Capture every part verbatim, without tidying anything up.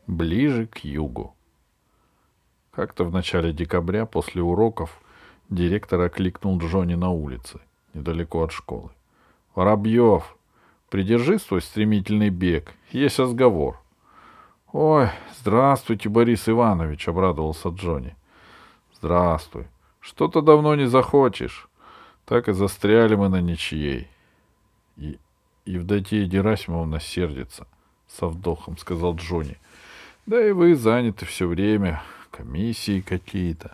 Ближе к югу. Как-то в начале декабря после уроков директор окликнул Джонни на улице, недалеко от школы. «Воробьев, придержи свой стремительный бег, есть разговор». «Ой, здравствуйте, Борис Иванович», — обрадовался Джонни. «Здравствуй. Что-то давно не захочешь. Так и застряли мы на ничьей». И Евдокия Герасимовна сердится, — со вдохом сказал Джонни. Да и вы заняты все время, комиссии какие-то.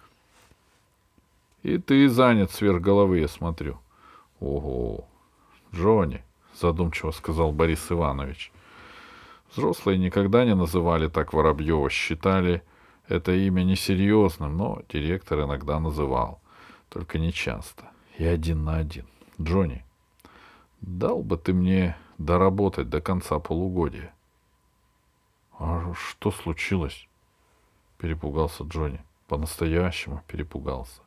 И ты занят сверх головы, я смотрю. Ого, Джонни, — задумчиво сказал Борис Иванович. Взрослые никогда не называли так Воробьева, считали это имя несерьезным, но директор иногда называл, только не часто, и один на один. Джонни, дал бы ты мне доработать до конца полугодия. — А что случилось? — перепугался Джонни. По-настоящему перепугался.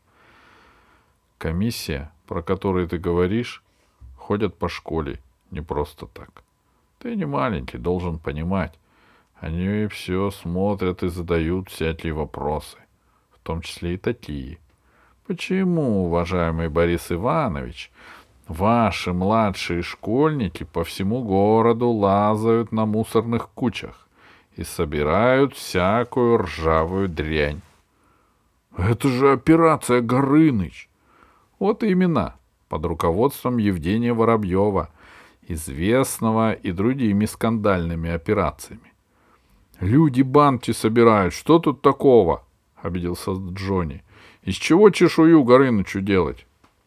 Комиссия, про которую ты говоришь, ходят по школе не просто так. Ты не маленький, должен понимать. Они все смотрят и задают всякие вопросы, в том числе и такие. Почему, уважаемый Борис Иванович, ваши младшие школьники по всему городу лазают на мусорных кучах и собирают всякую ржавую дрянь? Это же операция Горыныч. Вот именно, под руководством Евгения Воробьева, известного и другими скандальными операциями. Люди банки собирают, что тут такого? — обиделся Джонни. Из чего чешую Горынычу делать?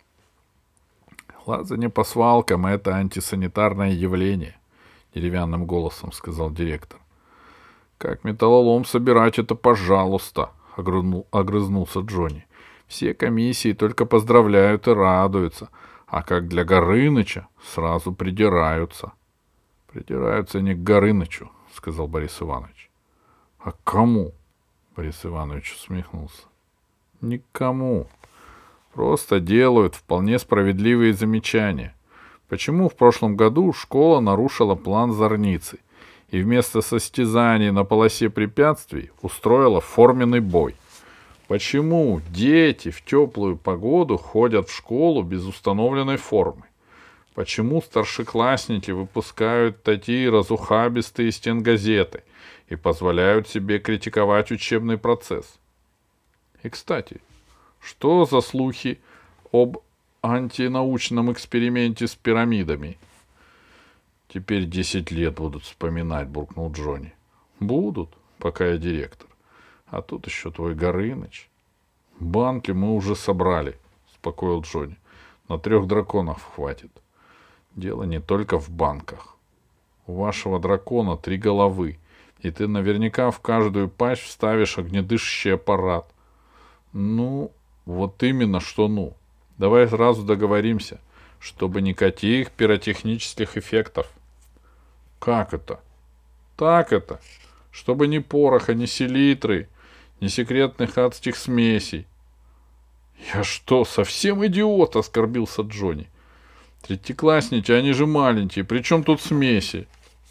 Лазание по свалкам — это антисанитарное явление, — деревянным голосом сказал директор. Как металлолом собирать это, пожалуйста, — огрызнул, огрызнулся Джонни. Все комиссии только поздравляют и радуются, а как для Горыныча сразу придираются. — Придираются не к Горынычу, — сказал Борис Иванович. — А к кому? — Борис Иванович усмехнулся. — Никому. Просто делают вполне справедливые замечания. Почему в прошлом году школа нарушила план зорницы и вместо состязаний на полосе препятствий устроила форменный бой? Почему дети в теплую погоду ходят в школу без установленной формы? Почему старшеклассники выпускают такие разухабистые стенгазеты и позволяют себе критиковать учебный процесс? И, кстати, что за слухи об антинаучном эксперименте с пирамидами? Теперь десять лет будут вспоминать, — буркнул Джонни. Будут, пока я директор. А тут еще твой Горыныч. Банки мы уже собрали, — успокоил Джонни. На трех драконов хватит. Дело не только в банках. У вашего дракона три головы, и ты наверняка в каждую пасть вставишь огнедышащий аппарат. Ну, вот именно что ну. Давай сразу договоримся, чтобы никаких пиротехнических эффектов. Как это? Так это. Чтобы ни пороха, ни селитры, ни секретных адских смесей. Я что, совсем идиот? — оскорбился Джонни. Третьеклассники, они же маленькие. При чем тут смеси?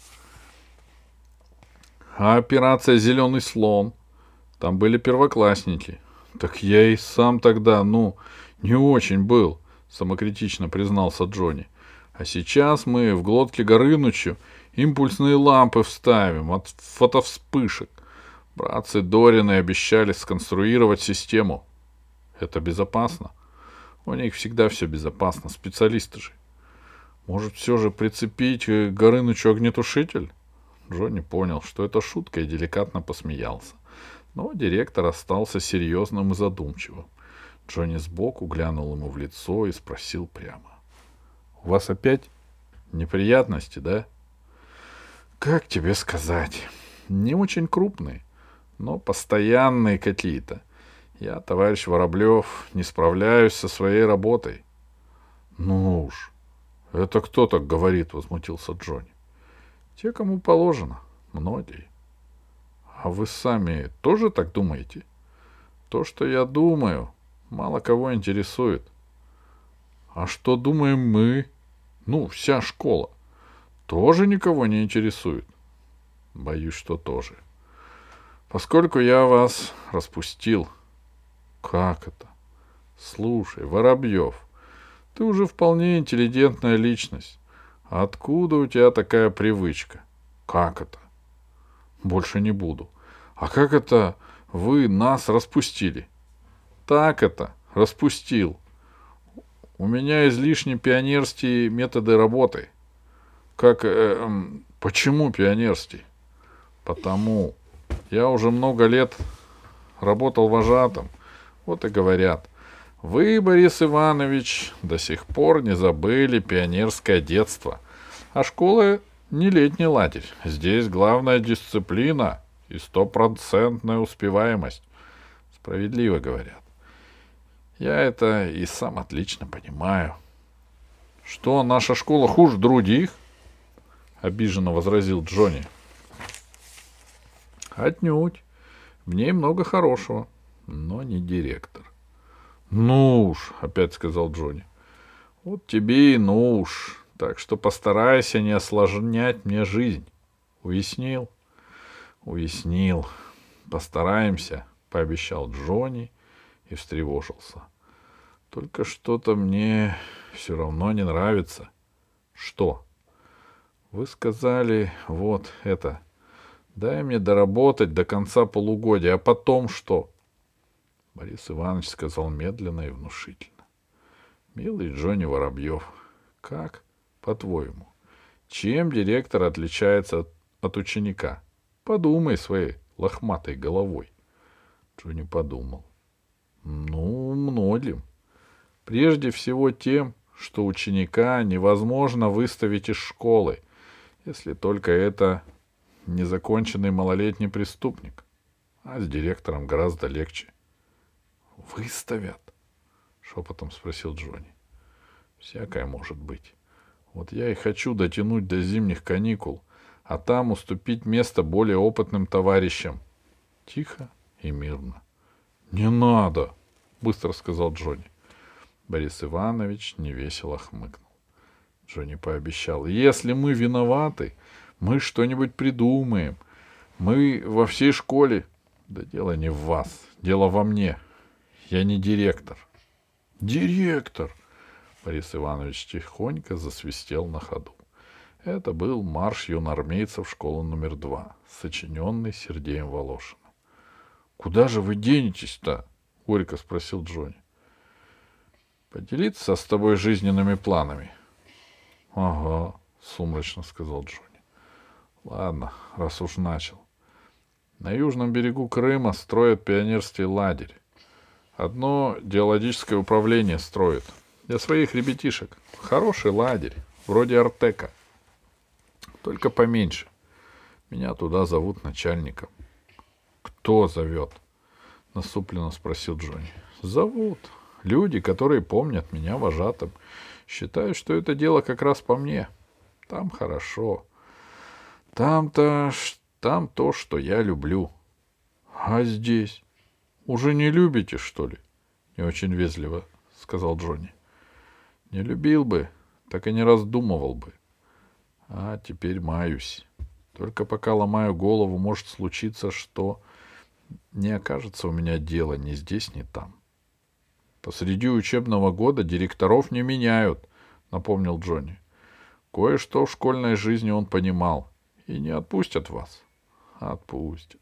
А операция «Зеленый слон»? Там были первоклассники. Так я и сам тогда, ну, не очень был, — самокритично признался Джонни. А сейчас мы в глотке Горынычу импульсные лампы вставим от фотовспышек. Братцы Дорины обещали сконструировать систему. Это безопасно. У них всегда все безопасно, специалисты же. Может, все же прицепить к Горынычу огнетушитель? Джонни понял, что это шутка, и деликатно посмеялся. Но директор остался серьезным и задумчивым. Джонни сбоку глянул ему в лицо и спросил прямо. — У вас опять неприятности, да? — Как тебе сказать? Не очень крупные, но постоянные какие-то. Я, товарищ Воробьев, не справляюсь со своей работой. — Ну уж, это кто так говорит? — возмутился Джонни. — Те, кому положено. Многие. — А вы сами тоже так думаете? — То, что я думаю, мало кого интересует. — А что думаем мы? Ну, вся школа. Тоже никого не интересует? — Боюсь, что тоже. Поскольку я вас распустил. Как это? Слушай, Воробьев, ты уже вполне интеллигентная личность. Откуда у тебя такая привычка? Как это? Больше не буду. А как это вы нас распустили? Так это, распустил. У меня излишне пионерские методы работы. Как... Э, э, почему пионерские? Потому. Я уже много лет работал вожатым. Вот и говорят. Вы, Борис Иванович, до сих пор не забыли пионерское детство. А школа не летний лагерь. Здесь главная дисциплина и стопроцентная успеваемость. Справедливо говорят. Я это и сам отлично понимаю. Что, наша школа хуже других? Обиженно возразил Джонни. Отнюдь. В ней много хорошего, но не директор. Ну уж, опять сказал Джонни. Вот тебе и ну уж. Так что постарайся не осложнять мне жизнь. Уяснил? Уяснил. Постараемся, пообещал Джонни и встревожился. Только что-то мне все равно не нравится. Что? Вы сказали, вот это. Дай мне доработать до конца полугодия, а потом что? Борис Иванович сказал медленно и внушительно. Милый Джонни Воробьев, как, по-твоему, чем директор отличается от, от ученика? Подумай своей лохматой головой. Джонни подумал. Ну, многим. Прежде всего тем, что ученика невозможно выставить из школы, если только это незаконченный малолетний преступник. А с директором гораздо легче. «Выставят?» — шепотом спросил Джонни. «Всякое может быть. Вот я и хочу дотянуть до зимних каникул, а там уступить место более опытным товарищам». Тихо и мирно. «Не надо!» — быстро сказал Джонни. Борис Иванович невесело хмыкнул. Джонни пообещал. «Если мы виноваты, мы что-нибудь придумаем. Мы во всей школе...» «Да дело не в вас, дело во мне. Я не директор». «Директор!» Борис Иванович тихонько засвистел на ходу. Это был марш юноармейцев школы номер два, сочиненный Сергеем Волошиным. «Куда же вы денетесь-то?» — горько спросил Джонни. «Поделиться с тобой жизненными планами». «Ага», — сумрачно сказал Джонни. «Ладно, раз уж начал. На южном берегу Крыма строят пионерский лагерь. Одно геологическое управление строит. Для своих ребятишек. Хороший лагерь, вроде Артека. Только поменьше. Меня туда зовут начальником». «Кто зовет?» — насупленно спросил Джонни. «Зовут. Люди, которые помнят меня вожатым. Считают, что это дело как раз по мне. Там хорошо. Там-то... Там то, что я люблю. А здесь? Уже не любите, что ли?» — не очень вежливо сказал Джонни. «Не любил бы, так и не раздумывал бы. А теперь маюсь. Только пока ломаю голову, может случиться, что не окажется у меня дела ни здесь, ни там». «Посреди учебного года директоров не меняют», — напомнил Джонни. «Кое-что в школьной жизни он понимал. И не отпустят вас». «Отпустят.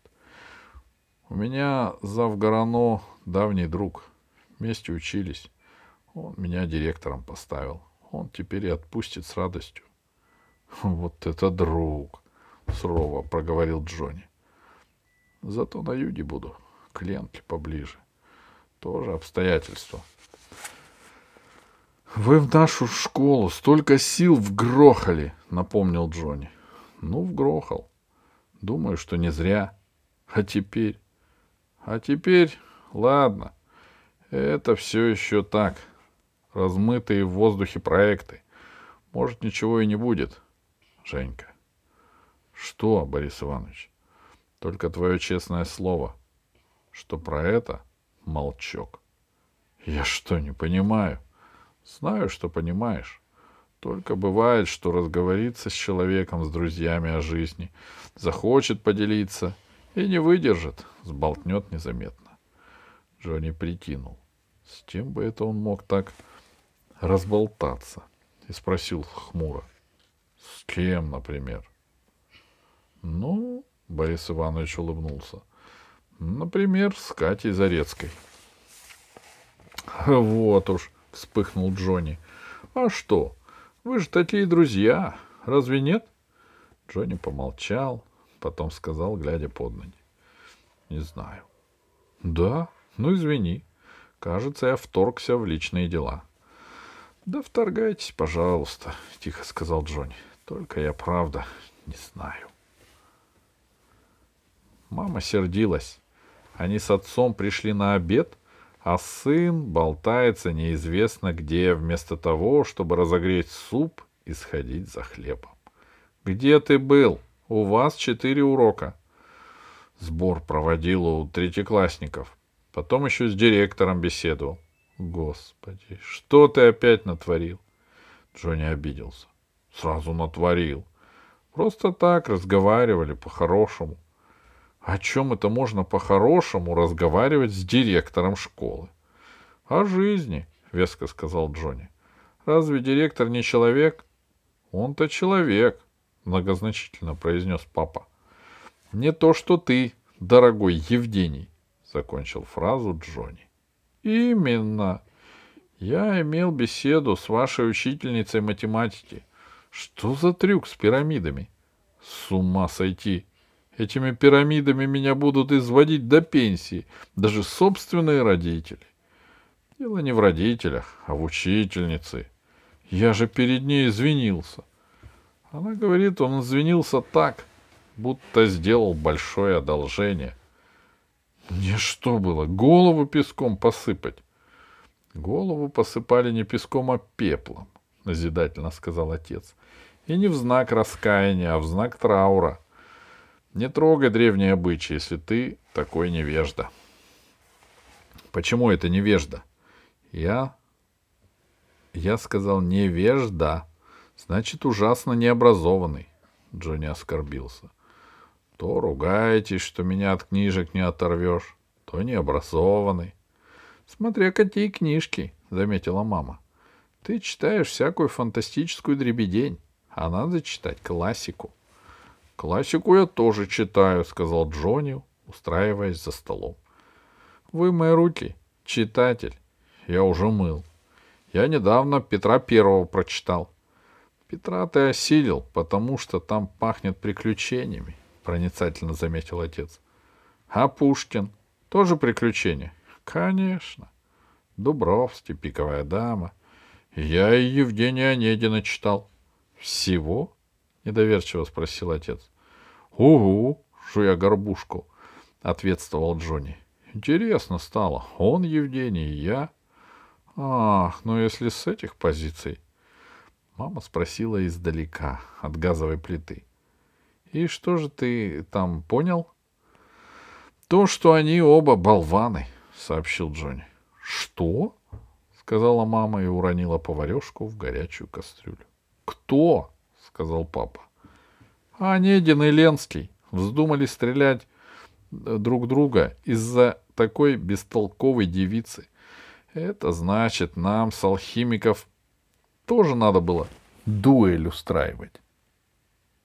У меня зав. Горано давний друг. Вместе учились. Он меня директором поставил. Он теперь и отпустит с радостью». «Вот это друг!» — сурово проговорил Джонни. «Зато на юге буду, к Ленке поближе. Тоже обстоятельства». «Вы в нашу школу столько сил вгрохали», — напомнил Джонни. «Ну, вгрохал. Думаю, что не зря. А теперь? А теперь, ладно, это все еще так, размытые в воздухе проекты. Может, ничего и не будет, Женька». «Что, Борис Иванович? Только твое честное слово, что про это молчок». «Я что, не понимаю?» «Знаю, что понимаешь. Только бывает, что разговориться с человеком, с друзьями о жизни, захочет поделиться, И не выдержит, сболтнет незаметно. Джонни прикинул, с чем бы это он мог так разболтаться, и спросил хмуро. С кем, например? Ну, Борис Иванович улыбнулся. Например, с Катей Зарецкой. Вот уж, вспыхнул Джонни. А что? Вы же такие друзья, разве нет? Джонни помолчал, потом сказал, глядя под ноги. Не знаю. Да? Ну, извини. Кажется, я вторгся в личные дела. Да вторгайтесь, пожалуйста, тихо сказал Джонни. Только я правда не знаю. Мама сердилась. Они с отцом пришли на обед, а сын болтается неизвестно где, вместо того, чтобы разогреть суп и сходить за хлебом. Где ты был? У вас четыре урока. Сбор проводил у третьеклассников. Потом еще с директором беседовал. Господи, что ты опять натворил? Джонни обиделся. Сразу натворил. Просто так разговаривали по-хорошему. О чем это можно по-хорошему разговаривать с директором школы? — О жизни, — веско сказал Джонни. — Разве директор не человек? — Он-то человек, — многозначительно произнес папа. — Не то, что ты, дорогой Евгений, — закончил фразу Джонни. — Именно. Я имел беседу с вашей учительницей математики. Что за трюк с пирамидами? С ума сойти! Этими пирамидами меня будут изводить до пенсии, даже собственные родители. Дело не в родителях, а в учительнице. Я же перед ней извинился. Она говорит, он извинился так, будто сделал большое одолжение. Мне что было, голову песком посыпать? Голову посыпали не песком, а пеплом, назидательно сказал отец. И не в знак раскаяния, а в знак траура. Не трогай древние обычаи, если ты такой невежда. Почему это невежда? Я... Я сказал невежда. Значит, ужасно необразованный. Джонни оскорбился. То ругаетесь, что меня от книжек не оторвешь, то необразованный. Смотря какие книжки, заметила мама. Ты читаешь всякую фантастическую дребедень, а надо читать классику. — Классику я тоже читаю, — сказал Джонни, устраиваясь за столом. — Вымой руки, читатель. Я уже мыл. Я недавно Петра Первого прочитал. — Петра ты осилил, потому что там пахнет приключениями, — проницательно заметил отец. — А Пушкин? Тоже приключения? — Конечно. Дубровский, Пиковая дама. Я и Евгения Онегина читал. — Всего? — недоверчиво спросил отец. — Угу, жуя горбушку, — ответствовал Джонни. — Интересно стало. Он Евгений, и я. — Ах, ну если с этих позиций. Мама спросила издалека, от газовой плиты. — И что же ты там понял? — То, что они оба болваны, — сообщил Джонни. — Что? — сказала мама и уронила поварешку в горячую кастрюлю. — Кто? — сказал папа. — Онегин и Ленский вздумали стрелять друг друга из-за такой бестолковой девицы. Это значит, нам с алхимиков тоже надо было дуэль устраивать.